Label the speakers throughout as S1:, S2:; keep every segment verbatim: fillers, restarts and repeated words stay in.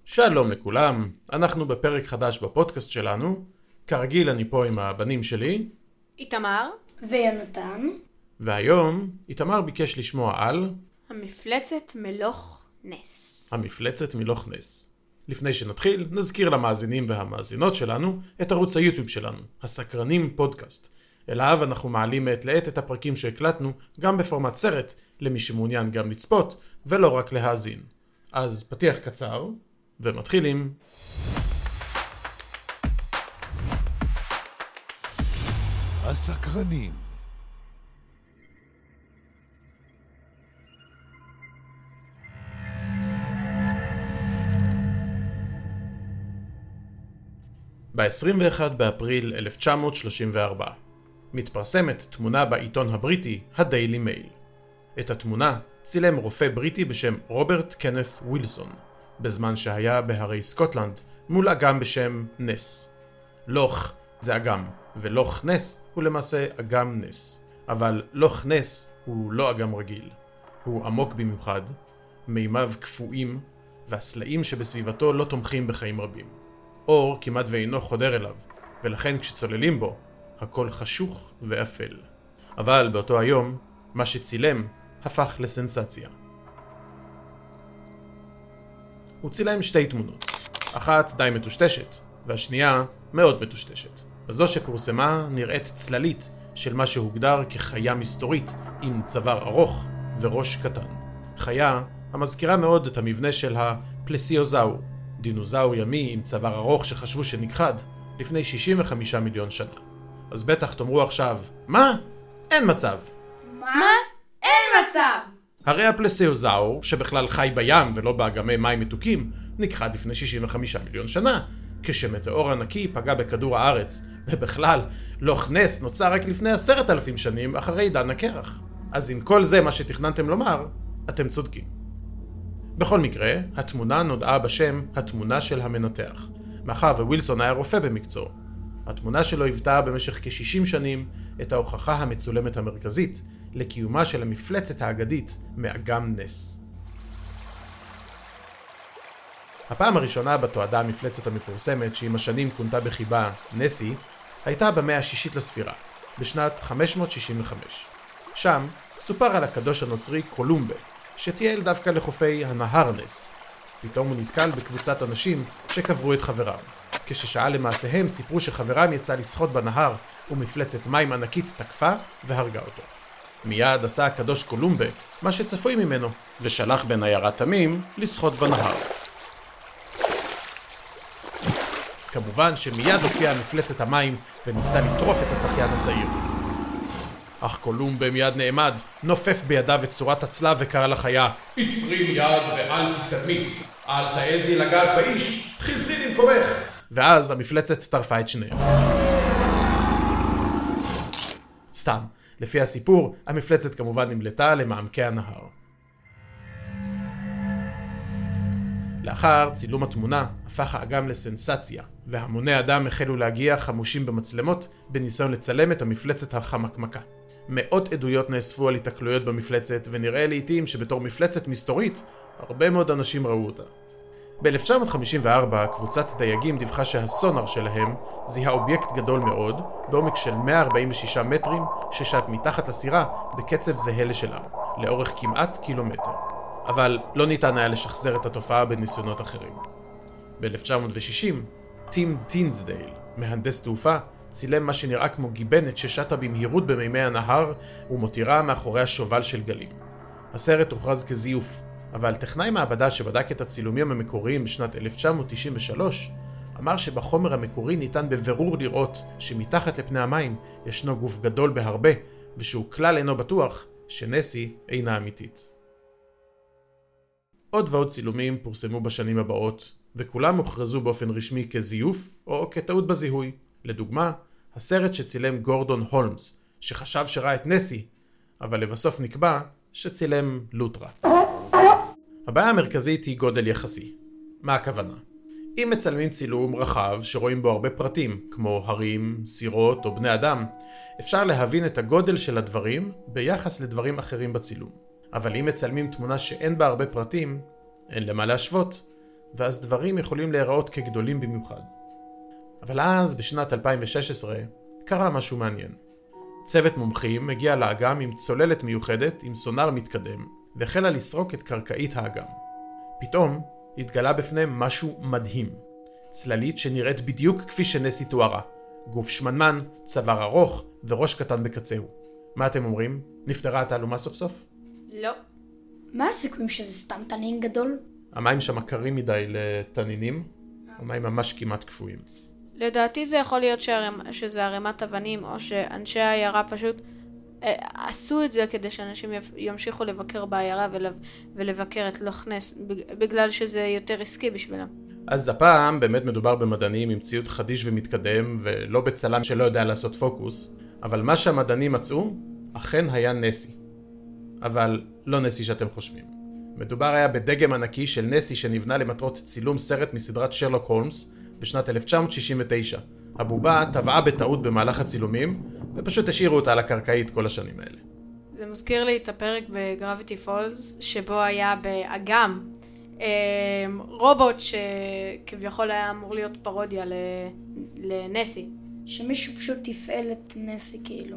S1: שלום לכולם, אנחנו בפרק חדש בפודקאסט שלנו. כרגיל אני פה עם הבנים שלי,
S2: איתמר
S3: ויונתן.
S1: והיום איתמר ביקש לשמוע על
S2: המפלצת מלוך נס.
S1: המפלצת מלוך נס. לפני שנתחיל, נזכיר למאזינים והמאזינות שלנו את ערוץ היוטיוב שלנו, הסקרנים פודקאסט. אליו אנחנו מעלים מעת לעת את הפרקים שהקלטנו גם בפורמט סרט, למי שמעוניין גם לצפות ולא רק להאזין. אז פתיח קצר ומתחילים.
S4: הסקרנים.
S1: ב-עשרים ואחד באפריל אלף תשע מאות שלושים וארבע מתפרסמת תמונה בעיתון הבריטי הדיילי מייל. את התמונה צילם רופא בריטי בשם רוברט קנת ווילסון, בזמן שהיה בהרי סקוטלנד מול אגם בשם נס. לוך זה אגם, ולוך נס הוא למעשה אגם נס. אבל לוך נס הוא לא אגם רגיל. הוא עמוק במיוחד, מימיו קפואים, והסלעים שבסביבתו לא תומכים בחיים רבים. אור כמעט ואינו חודר אליו, ולכן כשצוללים בו, הכל חשוך ואפל. אבל באותו היום, מה שצילם הפך לסנסציה. הוא צילם שתי תמונות, אחת די מטושטשת, והשנייה מאוד מטושטשת. בזו שפורסמה נראית צללית של מה שהוגדר כחיה מסתורית עם צוואר ארוך וראש קטן. חיה המזכירה מאוד את המבנה של הפלסיוזאור, דינוזאור ימי עם צוואר ארוך שחשבו שנכחד לפני שישים וחמישה מיליון שנה. אז בטח תאמרו עכשיו, מה? אין מצב.
S2: מה? אין מצב!
S1: הרי הפלסיוזאור, שבכלל חי בים ולא באגמי מים מתוקים, נכחד לפני שישים וחמישה מיליון שנה, כשמטאור ענקי פגע בכדור הארץ, ובכלל, לוך נס נוצר רק לפני עשרת אלפים שנים אחרי עידן הקרח. אז אם כל זה מה שתכננתם לומר, אתם צודקים. בכל מקרה, התמונה נודעה בשם התמונה של המנתח, מאחר ווילסון היה רופא במקצוע. התמונה שלו היוותה במשך כ-שישים שנים את ההוכחה המצולמת המרכזית לקיומה של המפלצת האגדית מאגם נס. הפעם הראשונה בתועדה המפלצת המפורסמת שעם השנים כונתה בחיבה נסי, הייתה במאה השישית לספירה, בשנת חמש מאות שישים וחמש. שם סופר על הקדוש הנוצרי קולומבה, שטייל דווקא לחופי הנהר נס. פתאום הוא נתקל בקבוצת אנשים שקברו את חברם. כששאל למעשיהם סיפרו שחברם יצא לשחות בנהר ומפלצת מים ענקית תקפה והרגה אותו. מיד עשה הקדוש קולומבה מה שצפוי ממנו, ושלח בן עיירת תמים לשחות בנהר. כמובן שמיד הופיעה מפלצת המים וניסתה לטרוף את השחיין הצעיר. אך קולומבה מיד נעמד, נופף בידיו את צורת הצלב וקרא לחיה, עצרי מיד ואל תתקדמי, אל תעזי לגעת באיש, חזרי למקומך. ואז המפלצת טרפה את שניהם. סתם, לפי הסיפור, המפלצת כמובן נמלטה למעמקי הנהר. לאחר צילום התמונה הפך האגם לסנסציה, והמוני אדם החלו להגיע חמושים במצלמות בניסיון לצלם את המפלצת החמקמקה. מאות עדויות נאספו על התקלויות במפלצת, ונראה לעתים שבתור מפלצת מסתורית, הרבה מאוד אנשים ראו אותה. ב-אלף תשע מאות חמישים וארבע קבוצת דייגים דיווחה שהסונר שלהם זיהה אובייקט גדול מאוד, בעומק של מאה ארבעים ושישה מטרים, ששט מתחת לסירה בקצב זהה לשלם, לאורך כמעט קילומטר. אבל לא ניתן היה לשחזר את התופעה בניסיונות אחרים. ב-אלף תשע מאות ושישים, טים טינסדייל, מהנדס תעופה, צילם מה שנראה כמו גיבנת ששטה במהירות במימי הנהר ומותירה מאחורי השובל של גלים. הסרט הוכרז כזיוף, אבל טכנאי מעבדה שבדק את הצילומים המקוריים בשנת אלף תשע מאות תשעים ושלוש אמר שבחומר המקורי ניתן בבירור לראות שמתחת לפני המים ישנו גוף גדול בהרבה, ושהוא כלל אינו בטוח שנסי אינה אמיתית. עוד ועוד צילומים פורסמו בשנים הבאות, וכולם הוכרזו באופן רשמי כזיוף או כטעות בזיהוי. לדוגמה, הסרט שצילם גורדון הולמס, שחשב שראה את נסי, אבל לבסוף נקבע שצילם לוטרה. הבעיה המרכזית היא גודל יחסי. מה הכוונה? אם מצלמים צילום רחב שרואים בו הרבה פרטים, כמו הרים, סירות או בני אדם, אפשר להבין את הגודל של הדברים ביחס לדברים אחרים בצילום. אבל אם מצלמים תמונה שאין בה הרבה פרטים, אין למה להשוות, ואז דברים יכולים להיראות כגדולים במיוחד. אבל אז, בשנת אלפיים ושש עשרה, קרה משהו מעניין. צוות מומחים הגיע לאגם עם צוללת מיוחדת עם סונאר מתקדם, והחלה לסרוק את קרקעית האגם. פתאום התגלה בפניהם משהו מדהים. צללית שנראית בדיוק כפי שנסי תוארה. גוף שמנמן, צוואר ארוך וראש קטן בקצהו. מה אתם אומרים? נפתרה התעלומה סוף סוף?
S2: לא.
S3: מה הסיכויים שזה סתם תנין גדול?
S1: המים שם קרים מדי לתנינים. המים ממש כמעט קפואים.
S2: לדעתי זה יכול להיות שהרמ... שזה הרמת אבנים, או שאנשי העיירה פשוט אה, עשו את זה כדי שאנשים יפ... ימשיכו לבקר בעיירה ול... ולבקר את לוך נס, בגלל שזה יותר עסקי בשבילם.
S1: אז הפעם באמת מדובר במדענים עם ציוד חדיש ומתקדם, ולא בצלם שלא יודע לעשות פוקוס, אבל מה שהמדענים מצאו, אכן היה נסי. אבל לא נסי שאתם חושבים. מדובר היה בדגם ענקי של נסי שנבנה למטרות צילום סרט מסדרת שרלוק הולמס בשנת אלף תשע מאות שישים ותשע. הבובה טבעה בטעות במהלך הצילומים, ופשוט השאירו אותה על הקרקעית כל השנים האלה.
S2: זה מזכיר לי את הפרק בגרביטי פולס, שבו היה באגם רובוט שכביכול היה אמור להיות פרודיה לנסי.
S3: שמישהו פשוט תפעל את נסי כאילו.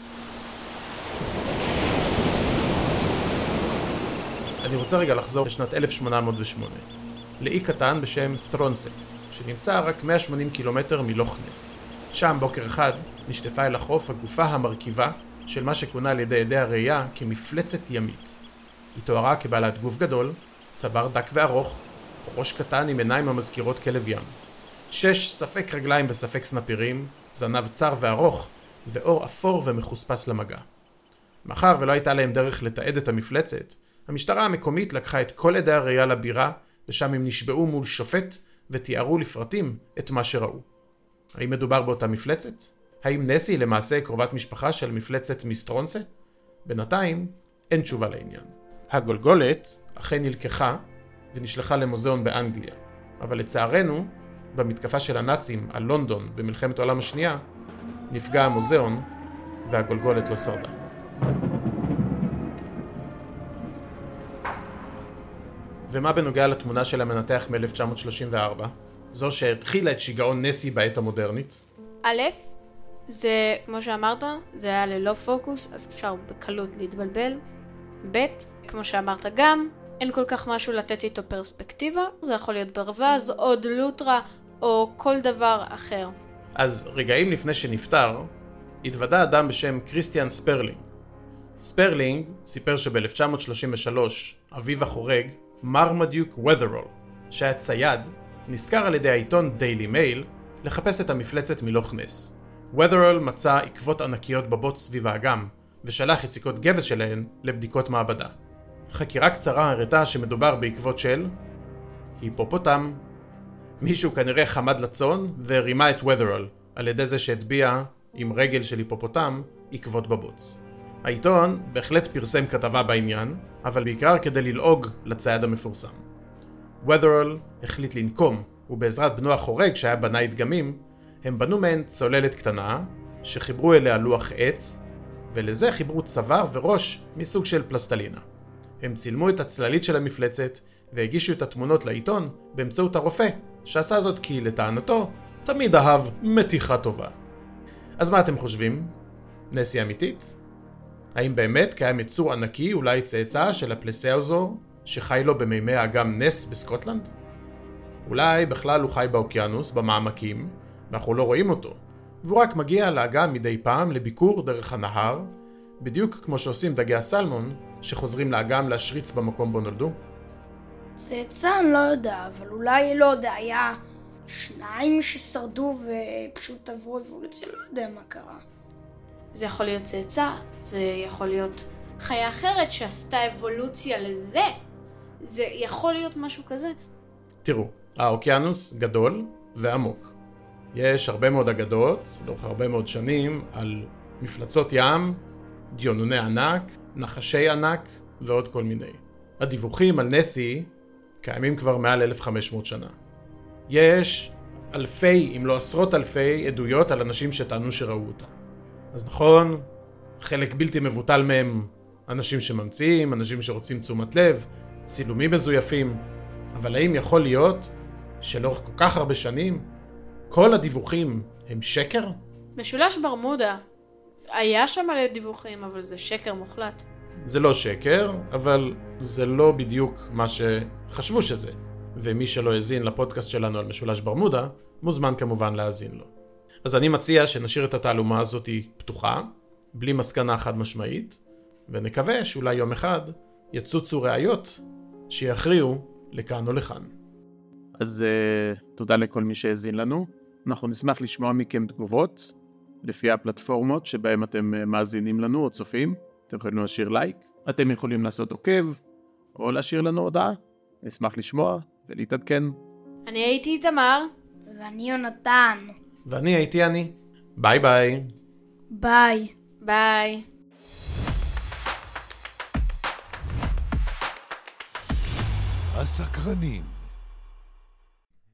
S1: אני רוצה רגע לחזור לשנת אלף שמונה מאות ושמונה, לאי קטן בשם סטרונסה, שנמצא רק מאה ושמונים קילומטר מלוך נס. שם בוקר אחד נשטפה אל החוף הגופה המרכיבה של מה שכונה על ידי עדי הראייה כמפלצת ימית. היא תוארה כבעלת גוף גדול, צוואר דק וארוך, ראש קטן עם עיניים המזכירות כלב ים. שש ספק רגליים בספק סנפירים, זנב צר וארוך, ואור אפור ומחוספס למגע. מאחר ולא הייתה להם דרך לתעד את המפלצת, המשטרה המקומית לקחה את כל עדי הראייה לבירה, ושם הם נשבעו מול שופט ותיארו לפרטים את מה שראו. האם מדובר באותה מפלצת? האם נסי למעשה קרובת משפחה של מפלצת מסטרונסה? בינתיים אין תשובה לעניין. הגולגולת אכן נלקחה ונשלחה למוזיאון באנגליה, אבל לצערנו, במתקפה של הנאצים על לונדון במלחמת העולם השנייה, נפגע המוזיאון והגולגולת לא שרדה. ומה בנוגע לתמונה של המנתח מ-אלף תשע מאות שלושים וארבע? זו שהתחילה את שיגעון נסי בעת המודרנית?
S2: א', זה, כמו שאמרת, זה היה ללא פוקוס, אז אפשר בקלות להתבלבל. ב', כמו שאמרת גם, אין כל כך משהו לתת איתו פרספקטיבה, זה יכול להיות ברווז, או דלוטרה, או כל דבר אחר.
S1: אז רגעים לפני שנפטר, התוודע אדם בשם קריסטיאן ספרלינג. ספרלינג סיפר שב-אלף תשע מאות שלושים ושלוש, אביו החורג, מרמדיוק ות'רול, שהיה צייד, נזכר על ידי העיתון דיילי מייל לחפש את המפלצת מלוך נס. ות'רול מצא עקבות ענקיות בבוץ סביב האגם, ושלח יציקות גבס שלהן לבדיקות מעבדה. חקירה קצרה הראתה שמדובר בעקבות של היפופוטם. מישהו כנראה חמד לצון ורימה את ות'רול, על ידי זה שהטביע עם רגל של היפופוטם עקבות בבוץ. העיתון בהחלט פרסם כתבה בעניין, אבל בעיקר כדי ללעוג לצייד המפורסם. ות'רול החליט לנקום, ובעזרת בנו החורג שהיה בנאי דגמים, הם בנו מהן צוללת קטנה, שחיברו אליה לוח עץ, ולזה חיברו צוואר וראש מסוג של פלסטלינה. הם צילמו את הצללית של המפלצת, והגישו את התמונות לעיתון באמצעות הרופא, שעשה זאת כי לטענתו תמיד אהב מתיחה טובה. אז מה אתם חושבים? נסי אמיתית? האם באמת קיים יצור ענקי, אולי צאצא של הפלסיאוזור, שחי לו במימי האגם נס בסקוטלנד? אולי בכלל הוא חי באוקיינוס, במעמקים, ואנחנו לא רואים אותו, והוא רק מגיע לאגם מדי פעם לביקור דרך הנהר, בדיוק כמו שעושים דגי הסלמון, שחוזרים לאגם להשריץ במקום בו נולדו.
S3: צאצא אני לא יודע, אבל אולי לא יודע, היה שניים ששרדו ופשוט עברו אבולוציה, לא יודע מה קרה.
S2: זה יכול להיות צאצא, זה יכול להיות חיה אחרת שעשתה אבולוציה לזה. זה יכול להיות משהו כזה.
S1: תראו, האוקיינוס גדול ועמוק. יש הרבה מאוד אגדות, לאורך הרבה מאוד שנים, על מפלצות ים, דיונוני ענק, נחשי ענק ועוד כל מיני. הדיווחים על נסי קיימים כבר מעל אלף וחמש מאות שנה. יש אלפי, אם לא עשרות אלפי, עדויות על אנשים שטענו שראו אותה. אז נכון, חלק בלתי מבוטל מהם אנשים שממציאים, אנשים שרוצים תשומת לב, צילומים מזויפים, אבל האם יכול להיות שלאורך כל כך הרבה שנים כל הדיווחים הם שקר?
S2: משולש ברמודה. היה שם מלא דיווחים, אבל זה שקר מוחלט.
S1: זה לא שקר, אבל זה לא בדיוק מה שחשבו שזה. ומי שלא הזין לפודקאסט שלנו על משולש ברמודה, מוזמן כמובן להאזין לו. אז אני מציע שנשאיר את התעלומה הזאת פתוחה, בלי מסקנה חד משמעית, ונקווה שאולי יום אחד יצוצו ראיות שיכריעו לכאן או לכאן.
S4: אז uh, תודה לכל מי שהאזין לנו. אנחנו נשמח לשמוע מכם תגובות, לפי הפלטפורמות שבהם אתם uh, מאזינים לנו או צופים. אתם יכולים להשאיר לייק, אתם יכולים לעשות עוקב, או להשאיר לנו הודעה. נשמח לשמוע ולהתעדכן.
S2: אני הייתי תמר.
S3: ואני יונתן.
S1: ואני הייתי אני. ביי ביי.
S3: ביי.
S2: ביי.
S5: הסקרנים.